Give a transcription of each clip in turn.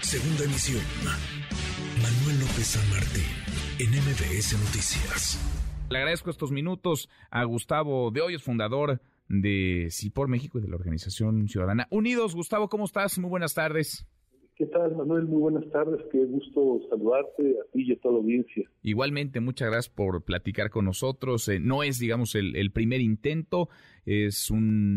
Segunda emisión. Manuel López San Martín, en MBS Noticias. Le agradezco estos minutos a Gustavo de Hoyos, fundador de Sí por México y de la organización ciudadana Unidos. Gustavo, ¿cómo estás? Muy buenas tardes. ¿Qué tal, Manuel? Muy buenas tardes. Qué gusto saludarte a ti y a toda la audiencia. Igualmente, muchas gracias por platicar con nosotros. No es, digamos, el primer intento, es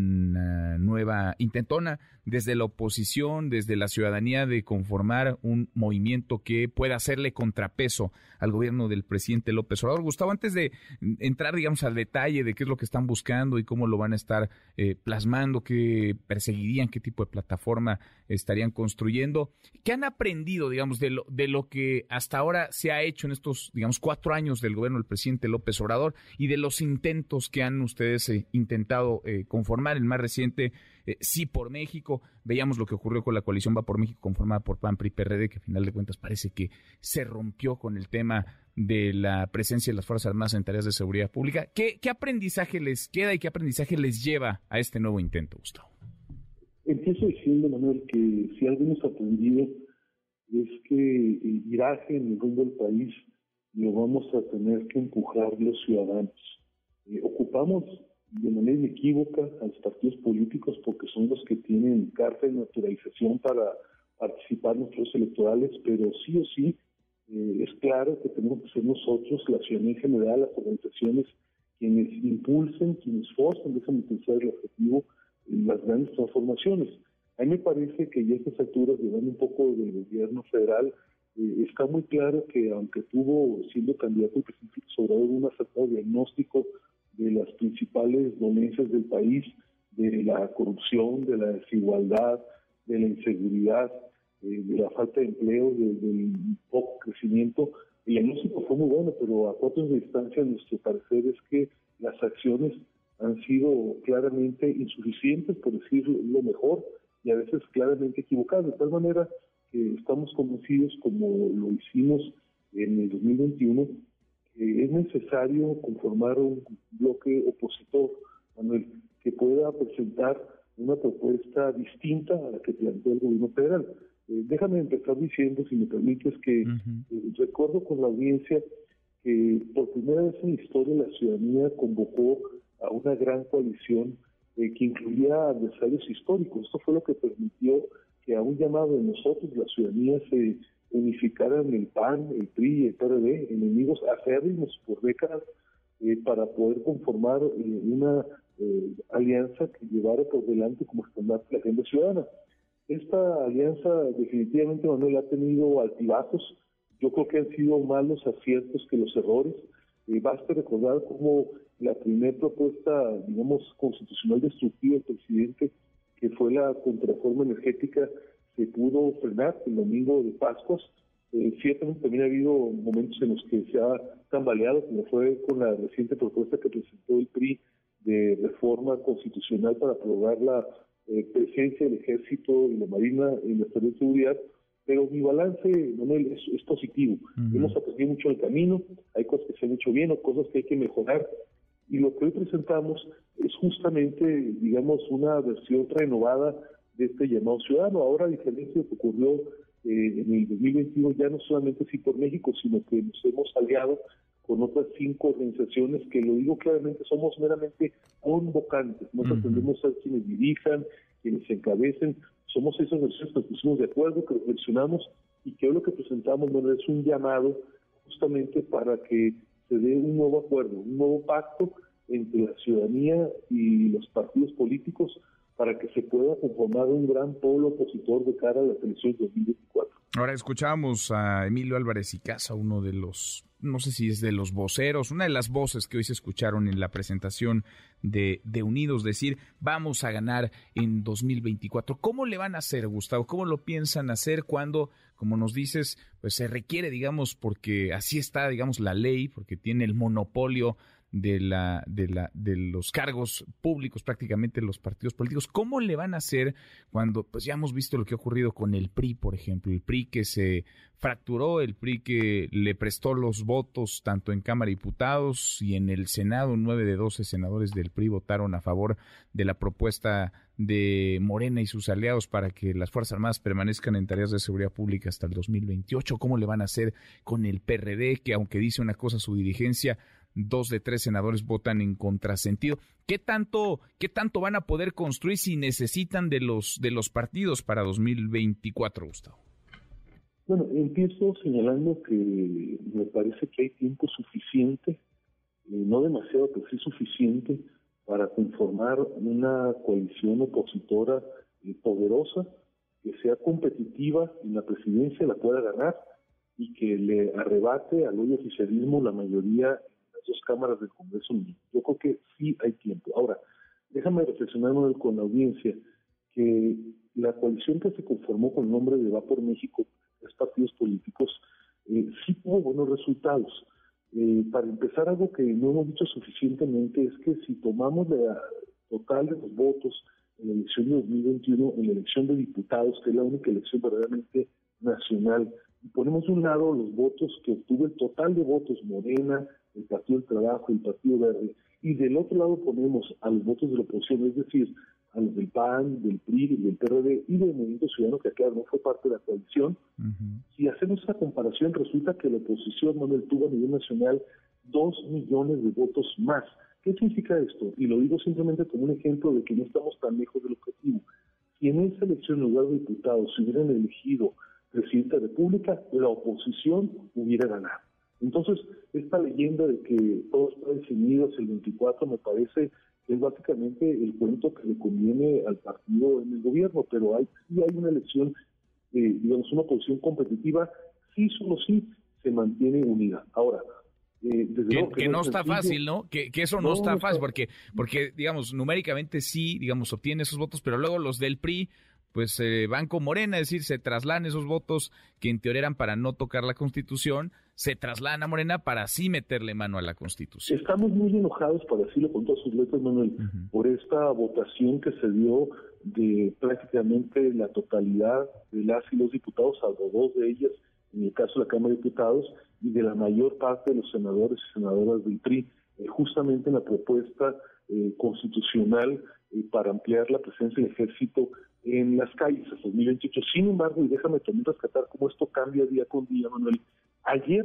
una nueva intentona desde la oposición, desde la ciudadanía, de conformar un movimiento que pueda hacerle contrapeso al gobierno del presidente López Obrador. Gustavo, antes de entrar, digamos, al detalle de qué es lo que están buscando y cómo lo van a estar plasmando, qué perseguirían, qué tipo de plataforma estarían construyendo, ¿qué han aprendido, digamos, de lo que hasta ahora se ha hecho en estos, digamos, 4 años del gobierno del presidente López Obrador y de los intentos que han ustedes intentado conformar? El más reciente, Sí por México. Veíamos lo que ocurrió con la coalición Va por México, conformada por PAN, PRI y PRD, que a final de cuentas parece que se rompió con el tema de la presencia de las Fuerzas Armadas en tareas de seguridad pública. ¿Qué aprendizaje les queda y qué aprendizaje les lleva a este nuevo intento, Gustavo? Empiezo diciendo, Manuel, que si algo hemos aprendido es que el viraje en el rumbo del país lo vamos a tener que empujar los ciudadanos. Ocupamos de manera inequívoca a los partidos políticos porque son los que tienen carta de naturalización para participar en los procesos electorales, pero sí o sí es claro que tenemos que ser nosotros, la ciudadanía en general, las organizaciones, quienes impulsen, quienes forzan, déjame pensar el objetivo, las grandes transformaciones. A mí me parece que ya a estas alturas, llevando un poco del gobierno federal, está muy claro que aunque tuvo, siendo candidato al presidente Obrador, un acertado diagnóstico de las principales dolencias del país, de la corrupción, de la desigualdad, de la inseguridad, de la falta de empleo, del poco crecimiento, el diagnóstico fue muy bueno, pero a 4 años de distancia, nuestro parecer es que las acciones han sido claramente insuficientes, por decirlo mejor, y a veces claramente equivocadas, de tal manera que estamos convencidos, como lo hicimos en el 2021, que es necesario conformar un bloque opositor, Manuel, que pueda presentar una propuesta distinta a la que plantea el gobierno federal. Déjame empezar diciendo, si me permites, que recuerdo con la audiencia que por primera vez en la historia la ciudadanía convocó a una gran coalición que incluía adversarios históricos. Esto fue lo que permitió que a un llamado de nosotros, la ciudadanía, se unificaran el PAN, el PRI y el PRD, enemigos acérrimos por décadas, para poder conformar una alianza que llevara por delante como estandarte la agenda ciudadana. Esta alianza definitivamente, Manuel, ha tenido altibajos. Yo creo que han sido más los aciertos que los errores. Basta recordar cómo la primera propuesta, digamos, constitucional destructiva del presidente, que fue la contrarreforma energética, se pudo frenar el domingo de Pascuas. Ciertamente también ha habido momentos en los que se ha tambaleado, como fue con la reciente propuesta que presentó el PRI de reforma constitucional para aprobar la presencia del Ejército y la Marina en la Secretaría de Seguridad. Pero mi balance, Manuel, es positivo. Hemos aprendido mucho en el camino, hay cosas que se han hecho bien o cosas que hay que mejorar. Y lo que hoy presentamos es justamente, digamos, una versión renovada de este llamado ciudadano. Ahora, a diferencia de lo que ocurrió en el 2021, ya no solamente Sí por México, sino que nos hemos aliado con otras 5 organizaciones que, lo digo claramente, somos meramente convocantes. No pretendemos ser quienes dirijan, quienes encabecen. Somos esas organizaciones que nos pusimos de acuerdo, que reflexionamos y que hoy lo que presentamos, bueno, es un llamado justamente para que se dé un nuevo acuerdo, un nuevo pacto entre la ciudadanía y los partidos políticos para que se pueda conformar un gran polo opositor de cara a las elecciones de 2024. Ahora escuchamos a Emilio Álvarez y Casa, uno de los, no sé si es de los voceros, una de las voces que hoy se escucharon en la presentación de Unidos, decir, vamos a ganar en 2024. ¿Cómo le van a hacer, Gustavo? ¿Cómo lo piensan hacer cuando, como nos dices, pues se requiere, digamos, porque así está, digamos, la ley, porque tiene el monopolio de los cargos públicos, prácticamente los partidos políticos. ¿Cómo le van a hacer cuando, pues ya hemos visto lo que ha ocurrido con el PRI, por ejemplo, el PRI que se fracturó, el PRI que le prestó los votos tanto en Cámara de Diputados y en el Senado? 9 de 12 senadores del PRI votaron a favor de la propuesta de Morena y sus aliados para que las Fuerzas Armadas permanezcan en tareas de seguridad pública hasta el 2028. ¿Cómo le van a hacer con el PRD, que aunque dice una cosa su dirigencia, 2 de 3 senadores votan en contrasentido? ¿Qué tanto van a poder construir si necesitan de los partidos para 2024, Gustavo? Bueno, empiezo señalando que me parece que hay tiempo suficiente, no demasiado, pero sí suficiente, para conformar una coalición opositora poderosa, que sea competitiva en la presidencia, la pueda ganar y que le arrebate al hoy oficialismo la mayoría en las 2 cámaras del Congreso. Yo creo que sí hay tiempo. Ahora, déjame reflexionar con la audiencia que la coalición que se conformó con el nombre de Va por México, 3 partidos políticos, sí tuvo buenos resultados. Para empezar, algo que no hemos dicho suficientemente es que si tomamos la total de los votos en la elección de 2021, en la elección de diputados, que es la única elección verdaderamente nacional, y ponemos de un lado los votos que obtuvo el total de votos Morena, el Partido del Trabajo, el Partido Verde, y del otro lado ponemos a los votos de la oposición, es decir, a los del PAN, del PRI, del PRD y del Movimiento Ciudadano, que acá no fue parte de la coalición. Si hacemos esa comparación, resulta que la oposición, Manuel, tuvo a nivel nacional 2 millones de votos más. ¿Qué significa esto? Y lo digo simplemente como un ejemplo de que no estamos tan lejos del objetivo. Si en esa elección, en lugar de diputados, se hubieran elegido presidente de la República, la oposición hubiera ganado. Entonces, esta leyenda de que todo está definido hacia el 24 me parece que es básicamente el cuento que le conviene al partido en el gobierno, pero sí hay una elección, digamos, una posición competitiva, sí, solo sí, se mantiene unida. Ahora, que no está fácil, ¿no? Que eso no está fácil, porque, digamos, numéricamente sí, digamos, obtiene esos votos, pero luego los del PRI pues van con Morena, es decir, se trasladan esos votos que en teoría eran para no tocar la Constitución, se trasladan a Morena para así meterle mano a la Constitución. Estamos muy enojados, para decirlo con todas sus letras, Manuel, por esta votación que se dio de prácticamente la totalidad de las y los diputados, salvo 2 de ellas, en el caso de la Cámara de Diputados, y de la mayor parte de los senadores y senadoras del PRI, justamente en la propuesta constitucional para ampliar la presencia del ejército en las calles hasta 2028. Sin embargo, y déjame también rescatar cómo esto cambia día con día, Manuel. Ayer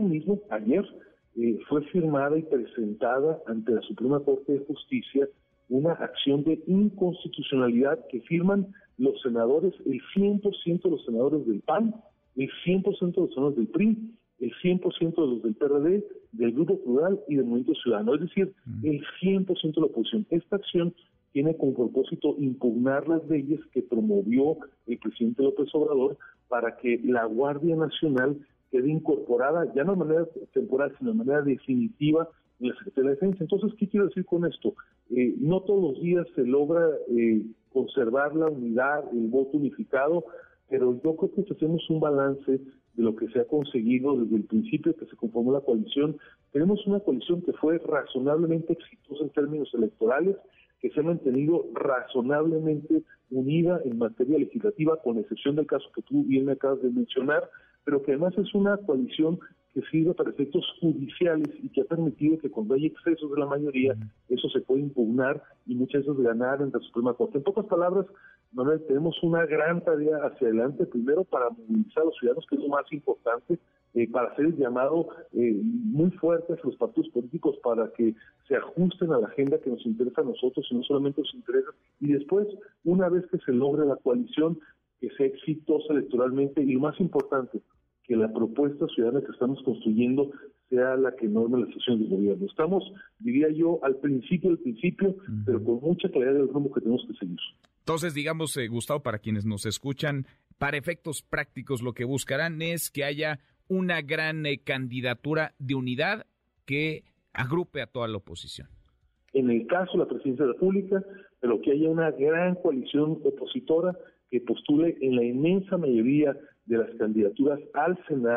fue firmada y presentada ante la Suprema Corte de Justicia una acción de inconstitucionalidad que firman los senadores, el 100% de los senadores del PAN, el 100% de los senadores del PRI, el 100% de los del PRD, del Grupo Plural y del Movimiento Ciudadano, es decir, el 100% de la oposición. Esta acción tiene como propósito impugnar las leyes que promovió el presidente López Obrador para que la Guardia Nacional quede incorporada, ya no de manera temporal, sino de manera definitiva en la Secretaría de Defensa. Entonces, ¿qué quiero decir con esto? No todos los días se logra conservar la unidad, el voto unificado, pero yo creo que si hacemos un balance de lo que se ha conseguido desde el principio que se conformó la coalición, tenemos una coalición que fue razonablemente exitosa en términos electorales, que se ha mantenido razonablemente unida en materia legislativa, con excepción del caso que tú bien me acabas de mencionar, pero que además es una coalición que sirve para efectos judiciales y que ha permitido que cuando hay excesos de la mayoría, eso se puede impugnar y muchas veces ganar en la Suprema Corte. En pocas palabras, Manuel, tenemos una gran tarea hacia adelante, primero para movilizar a los ciudadanos, que es lo más importante, para hacer el llamado muy fuerte a los partidos políticos para que se ajusten a la agenda que nos interesa a nosotros y no solamente nos interesa. Y después, una vez que se logre la coalición, que sea exitosa electoralmente y lo más importante, que la propuesta ciudadana que estamos construyendo sea la que norme las acciones del gobierno. Estamos, diría yo, al principio del principio, pero con mucha claridad del rumbo que tenemos que seguir. Entonces, digamos, Gustavo, para quienes nos escuchan, para efectos prácticos lo que buscarán es que haya una gran candidatura de unidad que agrupe a toda la oposición. En el caso de la presidencia de la República, pero que haya una gran coalición opositora que postule en la inmensa mayoría de las candidaturas al Senado,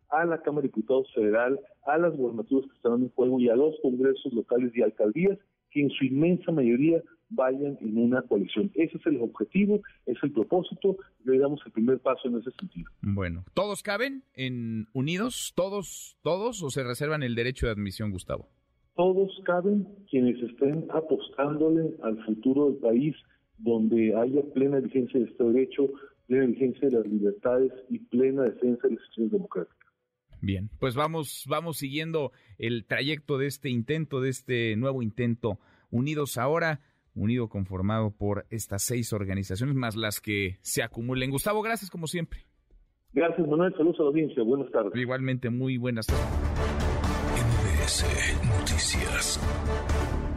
a la Cámara de Diputados Federal, a las gubernaturas que están en juego y a los congresos locales y alcaldías, que en su inmensa mayoría vayan en una coalición. Ese es el objetivo, es el propósito, le damos el primer paso en ese sentido. Bueno, ¿todos caben en Unidos? ¿Todos? ¿O se reservan el derecho de admisión, Gustavo? Todos caben, quienes estén apostándole al futuro del país, donde haya plena vigencia de este derecho, plena vigencia de las libertades y plena defensa de las instituciones democráticas. Bien, pues vamos siguiendo el trayecto de este intento, de este nuevo intento. Unidos ahora, unido conformado por estas 6 organizaciones, más las que se acumulen. Gustavo, gracias como siempre. Gracias, Manuel. Saludos a la audiencia. Buenas tardes. Igualmente, muy buenas tardes. MBS Noticias.